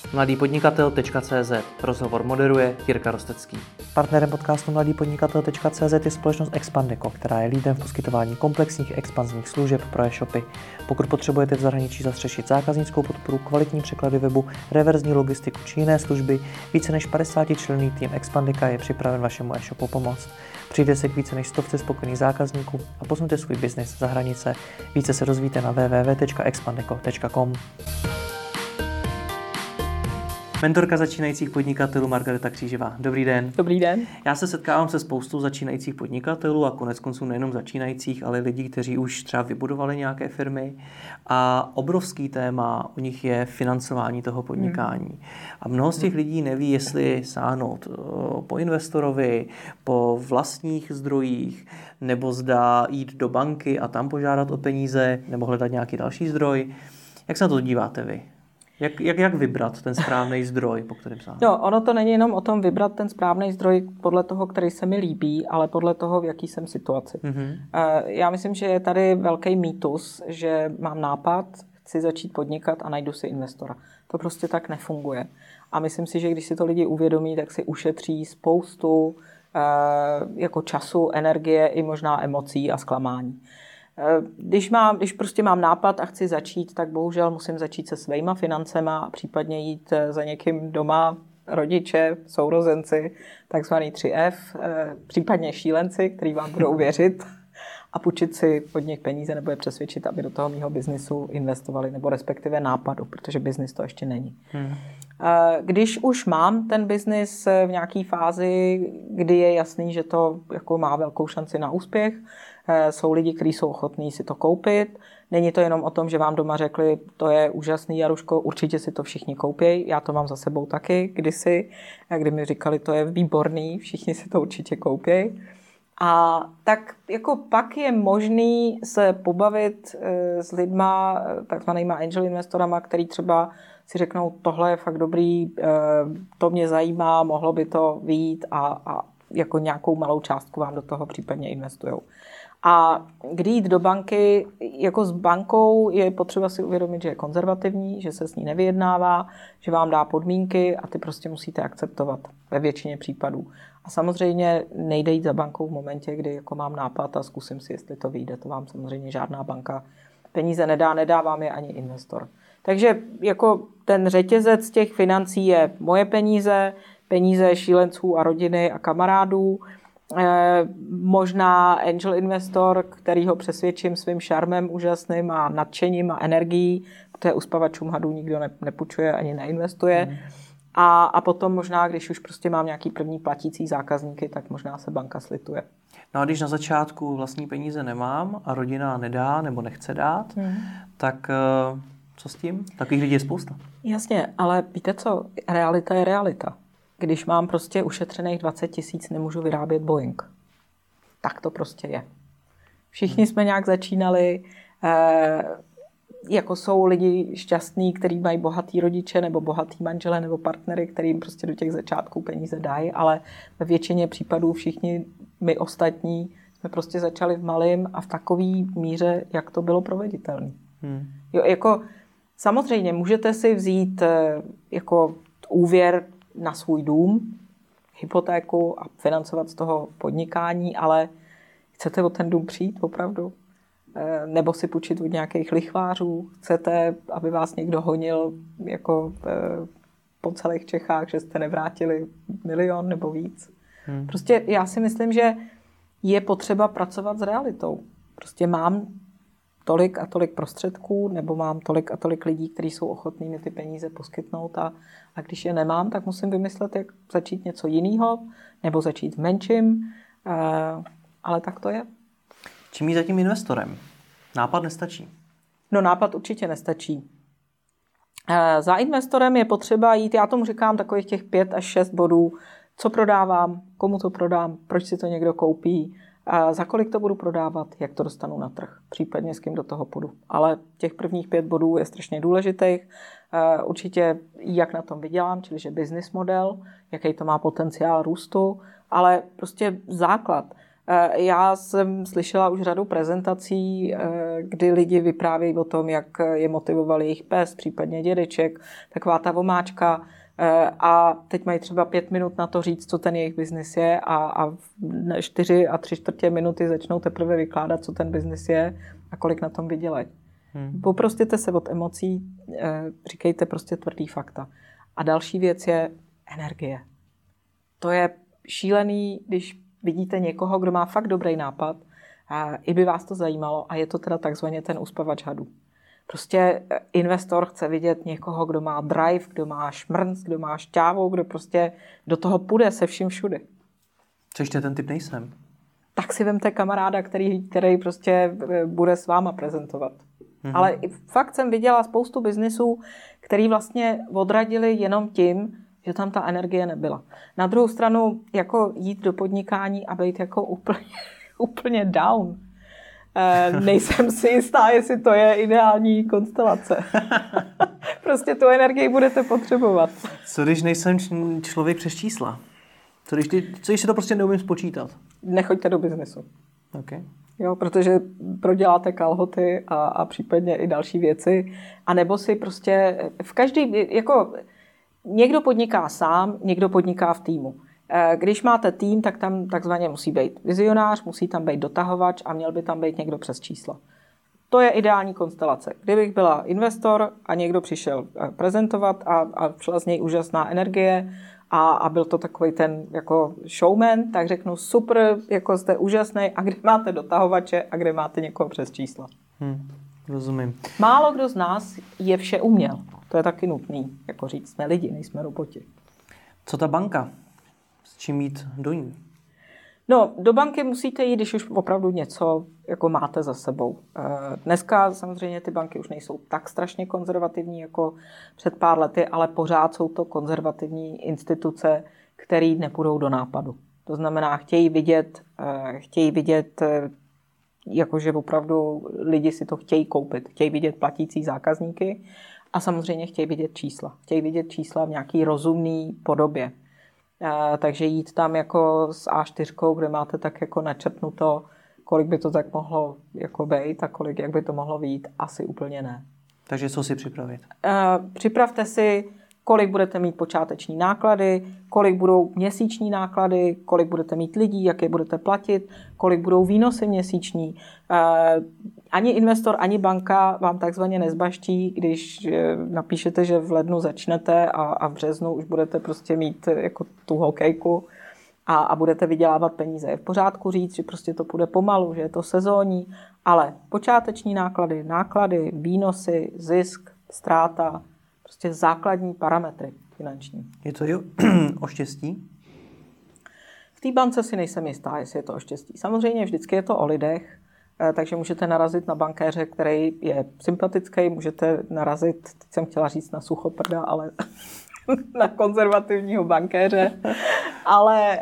mladýpodnikatel.cz. Rozhovor moderuje Jirka Rostecký. Partnerem podcastu mladýpodnikatel.cz je společnost Expandeco, která je lídrem v poskytování komplexních expanzních služeb pro e-shopy. Pokud potřebujete v zahraničí zastřešit zákaznickou podporu, kvalitní překlady webu, reverzní logistiku či jiné služby, více než 50členný tým Expandeca je připraven vašemu e-shopu pomoct. Přijde se k více než 100 spokojených zákazníků a posuňte svůj biznis za hranice. Více se dozvíte na www.expandeco.com. Mentorka začínajících podnikatelů Margareta Křížová. Dobrý den. Dobrý den. Já se setkávám se spoustou začínajících podnikatelů a koneckonců nejenom začínajících, ale lidí, kteří už třeba vybudovali nějaké firmy a obrovský téma u nich je financování toho podnikání. A mnoho z těch lidí neví, jestli sáhnout po investorovi, po vlastních zdrojích, nebo zda jít do banky a tam požádat o peníze, nebo hledat nějaký další zdroj. Jak se na to díváte vy? Jak vybrat ten správný zdroj, po kterém sáhnu? No, ono to není jenom o tom vybrat ten správný zdroj podle toho, který se mi líbí, ale podle toho, v jaký jsem situaci. Mm-hmm. Já myslím, že je tady velký mýtus, že mám nápad, chci začít podnikat a najdu si investora. To prostě tak nefunguje. A myslím si, že když si to lidi uvědomí, tak si ušetří spoustu jako času, energie i možná emocí a zklamání. Když prostě mám nápad a chci začít, tak bohužel musím začít se svýma financema a případně jít za někým doma, rodiče, sourozenci, takzvaný 3F, případně šílenci, kteří vám budou věřit a půjčit si od nich peníze nebo je přesvědčit, aby do toho mýho biznisu investovali, nebo respektive nápadu, protože biznis to ještě není. Když už mám ten biznis v nějaké fázi, kdy je jasný, že to jako má velkou šanci na úspěch, jsou lidi, kteří jsou ochotní si to koupit. Není to jenom o tom, že vám doma řekli, to je úžasný, Jaruško, určitě si to všichni koupěj. Já to mám za sebou taky kdysi, kdy mi říkali, to je výborný, všichni si to určitě koupěj. A tak jako pak je možný se pobavit s lidma, takzvanýma angel investorama, který třeba si řeknou, tohle je fakt dobrý, to mě zajímá, mohlo by to vyjít a jako nějakou malou částku vám do toho případně investujou. A když jít do banky, jako s bankou je potřeba si uvědomit, že je konzervativní, že se s ní nevyjednává, že vám dá podmínky a ty prostě musíte akceptovat ve většině případů. A samozřejmě nejde jít za bankou v momentě, kdy jako mám nápad a zkusím si, jestli to vyjde. To vám samozřejmě žádná banka peníze nedá vám je ani investor. Takže jako ten řetězec těch financí je moje peníze šílenců a rodiny a kamarádů, možná angel investor, který ho přesvědčím svým šarmem úžasným a nadšením a energií, protože uspavačům hadů nikdo nepůjčuje ani neinvestuje. A potom možná, když už prostě mám nějaký první platící zákazníky, tak možná se banka slituje. No a když na začátku vlastní peníze nemám a rodina nedá nebo nechce dát, tak co s tím? Takových lidí je spousta. Jasně, ale víte co? Realita je realita. Když mám prostě ušetřených 20 000, nemůžu vyrábět Boeing. Tak to prostě je. Všichni jsme nějak začínali, jako jsou lidi šťastní, kteří mají bohatý rodiče nebo bohatý manžele nebo partnery, kterým prostě do těch začátků peníze dají, ale ve většině případů všichni my ostatní jsme prostě začali v malém a v takové míře, jak to bylo proveditelné. Jo, jako samozřejmě můžete si vzít jako úvěr na svůj dům, hypotéku a financovat z toho podnikání, ale chcete o ten dům přijít opravdu? Nebo si půjčit od nějakých lichvářů? Chcete, aby vás někdo honil jako po celých Čechách, že jste nevrátili 1 000 000 nebo víc? Prostě já si myslím, že je potřeba pracovat s realitou. Prostě mám tolik a tolik prostředků, nebo mám tolik a tolik lidí, kteří jsou ochotní mi ty peníze poskytnout a když je nemám, tak musím vymyslet, jak začít něco jiného, nebo začít v menším, ale tak to je. Čím jít za tím investorem? Nápad nestačí. No nápad určitě nestačí. Za investorem je potřeba jít, já tomu říkám takových těch 5 až 6 bodů, co prodávám, komu to prodám, proč si to někdo koupí, za kolik to budu prodávat, jak to dostanu na trh, případně s kým do toho půjdu. Ale těch prvních 5 bodů je strašně důležitých. Určitě jak na tom vydělám, čili že business model, jaký to má potenciál růstu, ale prostě základ. Já jsem slyšela už řadu prezentací, kdy lidi vyprávějí o tom, jak je motivoval jejich pes, případně dědeček, taková ta vomáčka. A teď mají třeba 5 minut na to říct, co ten jejich biznis je a 4 3/4 minuty začnou teprve vykládat, co ten biznis je a kolik na tom vydělají. Poprostěte se od emocí, říkejte prostě tvrdý fakta. A další věc je energie. To je šílený, když vidíte někoho, kdo má fakt dobrý nápad, a i by vás to zajímalo a je to teda takzvaně ten uspavač hadů. Prostě investor chce vidět někoho, kdo má drive, kdo má šmrnc, kdo má šťávu, kdo prostě do toho půjde se vším všudy. Co ještě ten typ nejsem? Tak si vemte kamaráda, který prostě bude s váma prezentovat. Ale fakt jsem viděla spoustu biznisů, který vlastně odradili jenom tím, že tam ta energie nebyla. Na druhou stranu, jako jít do podnikání a být jako úplně down. Nejsem si jistá, jestli to je ideální konstelace. Prostě tu energii budete potřebovat. Co když nejsem člověk přes čísla? Co když si to prostě neumím spočítat? Nechoďte do biznesu. Okay. Jo, protože proděláte kalhoty a případně i další věci. A nebo si prostě v každý, jako někdo podniká sám, někdo podniká v týmu. Když máte tým, tak tam takzvaně musí být vizionář, musí tam být dotahovač a měl by tam být někdo přes čísla. To je ideální konstelace. Kdybych byla investor a někdo přišel prezentovat a šla z něj úžasná energie a byl to takový ten jako showman, tak řeknu super, jako jste úžasný a kde máte dotahovače a kde máte někoho přes čísla. Rozumím. Málo kdo z nás je vše uměl. To je taky nutný, jako říct, jsme lidi, nejsme roboti. Co ta banka? S čím jít do ní? No, do banky musíte jít, když už opravdu něco jako máte za sebou. Dneska samozřejmě ty banky už nejsou tak strašně konzervativní jako před pár lety, ale pořád jsou to konzervativní instituce, které nepůjdou do nápadu. To znamená, chtějí vidět jakože opravdu lidi si to chtějí koupit. Chtějí vidět platící zákazníky a samozřejmě chtějí vidět čísla. Chtějí vidět čísla v nějaký rozumný podobě. Takže jít tam jako s A4, kde máte tak jako načrtnuto, kolik by to tak mohlo jako být a kolik, jak by to mohlo vyjít, asi úplně ne. Takže co si připravit? Připravte si, kolik budete mít počáteční náklady, kolik budou měsíční náklady, kolik budete mít lidí, jak je budete platit, kolik budou výnosy měsíční. Ani investor, ani banka vám takzvaně nezbaští, když napíšete, že v lednu začnete a v březnu už budete prostě mít jako tu hokejku a budete vydělávat peníze. Je v pořádku říct, že prostě to půjde pomalu, že je to sezónní, ale počáteční náklady, výnosy, zisk, ztráta, prostě základní parametry finanční. Je to o štěstí? V té bance si nejsem jistá, jestli je to o štěstí. Samozřejmě vždycky je to o lidech, takže můžete narazit na bankéře, který je sympatický, můžete narazit, teď jsem chtěla říct na suchoprda, ale na konzervativního bankéře, ale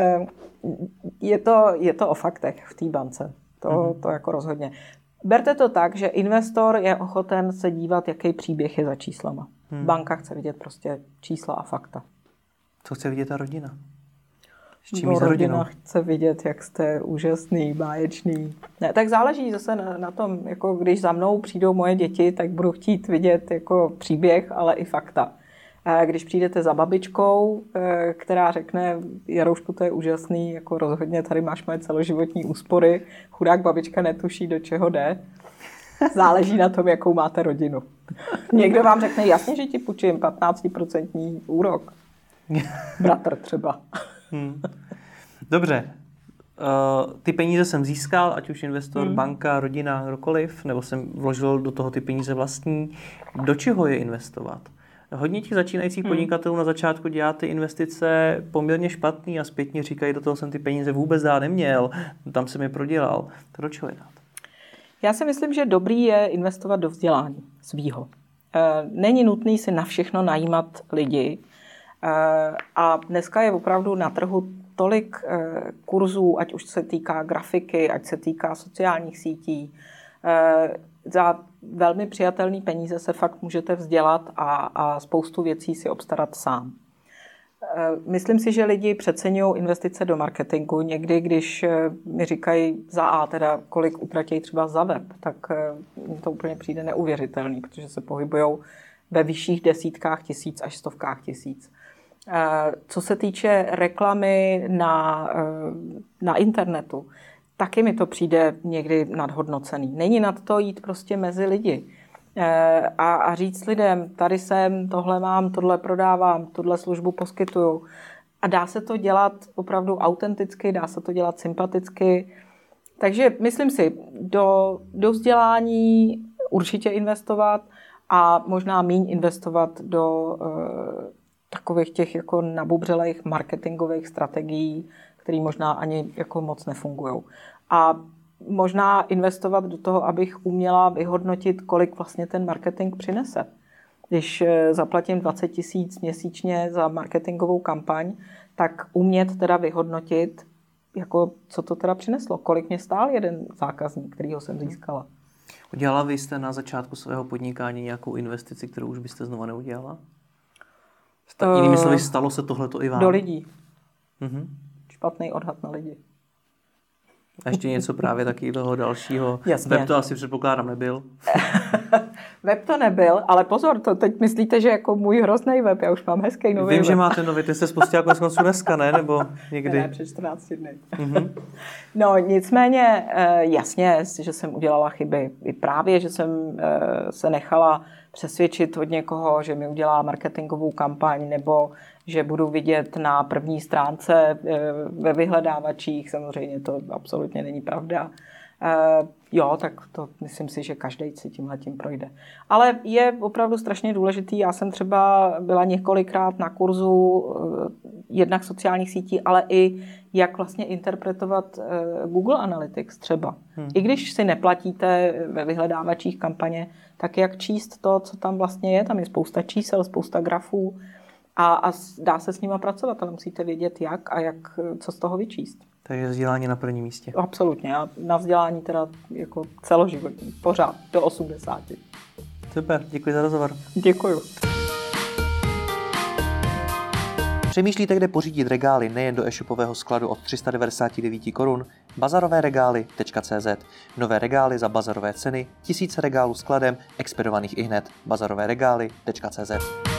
je to o faktech v té bance. To jako rozhodně. Berte to tak, že investor je ochoten se dívat, jaký příběh je za číslama. Banka chce vidět prostě čísla a fakta. Co chce vidět ta rodina? Rodina chce vidět, jak jste úžasný, báječný. Ne, tak záleží zase na tom, jako když za mnou přijdou moje děti, tak budu chtít vidět jako příběh, ale i fakta. Když přijdete za babičkou, která řekne, Jaroušku, to je úžasný, jako rozhodně tady máš moje celoživotní úspory, chudák babička netuší, do čeho jde. Záleží na tom, jakou máte rodinu. Někdo vám řekne, jasně, že ti půjčím 15% úrok. Bratr třeba. Dobře. Ty peníze jsem získal, ať už investor, banka, rodina, kdokoliv, nebo jsem vložil do toho ty peníze vlastní. Do čeho je investovat? Hodně těch začínajících podnikatelů na začátku dělá ty investice poměrně špatný a zpětně říkají, do toho jsem ty peníze vůbec dát neměl, tam jsem je prodělal. To do čeho je dát? Já si myslím, že dobrý je investovat do vzdělání svýho. Není nutný si na všechno najímat lidi a dneska je opravdu na trhu tolik kurzů, ať už se týká grafiky, ať se týká sociálních sítí. Za velmi přijatelné peníze se fakt můžete vzdělat a spoustu věcí si obstarat sám. Myslím si, že lidi přeceňují investice do marketingu. Někdy, když mi říkají za A, teda kolik utratí třeba za web, tak to úplně přijde neuvěřitelný, protože se pohybujou ve vyšších desítkách tisíc až stovkách tisíc. Co se týče reklamy na internetu, taky mi to přijde někdy nadhodnocený. Není nad to jít prostě mezi lidi a říct lidem, tady jsem, tohle mám, tohle prodávám, tohle službu poskytuju. A dá se to dělat opravdu autenticky, dá se to dělat sympaticky. Takže myslím si, do vzdělání určitě investovat a možná míň investovat do takových těch jako nabubřelých marketingových strategií, které možná ani jako moc nefungují. A možná investovat do toho, abych uměla vyhodnotit, kolik vlastně ten marketing přinese. Když zaplatím 20 000 měsíčně za marketingovou kampaň, tak umět teda vyhodnotit, jako co to teda přineslo, kolik mě stál jeden zákazník, kterýho jsem získala. Udělala vy jste na začátku svého podnikání nějakou investici, kterou už byste znova neudělala? Jinými slovy, stalo se tohleto i vám? Do lidí. Špatný odhad na lidi. A ještě něco právě taky toho dalšího. Jasně. Web to asi předpokládám nebyl. Web to nebyl, ale pozor, to teď myslíte, že jako můj hrozný web, já už mám hezký nový Vím, web. že máte nový, ty jste spustila konec konců dneska, ne? Nebo někdy? Ne, před 14 dny. No nicméně jasně, že jsem udělala chyby. I právě, že jsem se nechala přesvědčit od někoho, že mi udělá marketingovou kampaň, nebo že budu vidět na první stránce ve vyhledávačích. Samozřejmě to absolutně není pravda. Jo, tak to myslím si, že každý si tímhletím projde. Ale je opravdu strašně důležitý. Já jsem třeba byla několikrát na kurzu jednak sociálních sítí, ale i jak vlastně interpretovat Google Analytics třeba. I když si neplatíte ve vyhledávačích kampaně, tak jak číst to, co tam vlastně je. Tam je spousta čísel, spousta grafů a dá se s nima pracovat, ale musíte vědět jak a co z toho vyčíst. Takže vzdělání na prvním místě. Absolutně. A na vzdělání teda jako celoživotní. Pořád. Do 80. Super. Děkuji za rozhovor. Děkuju. Přemýšlíte, kde pořídit regály nejen do e-shopového skladu od 399 korun? Bazarovéregály.cz. Nové regály za bazarové ceny, tisíce regálů skladem, expedovaných ihned. Bazarovéregály.cz.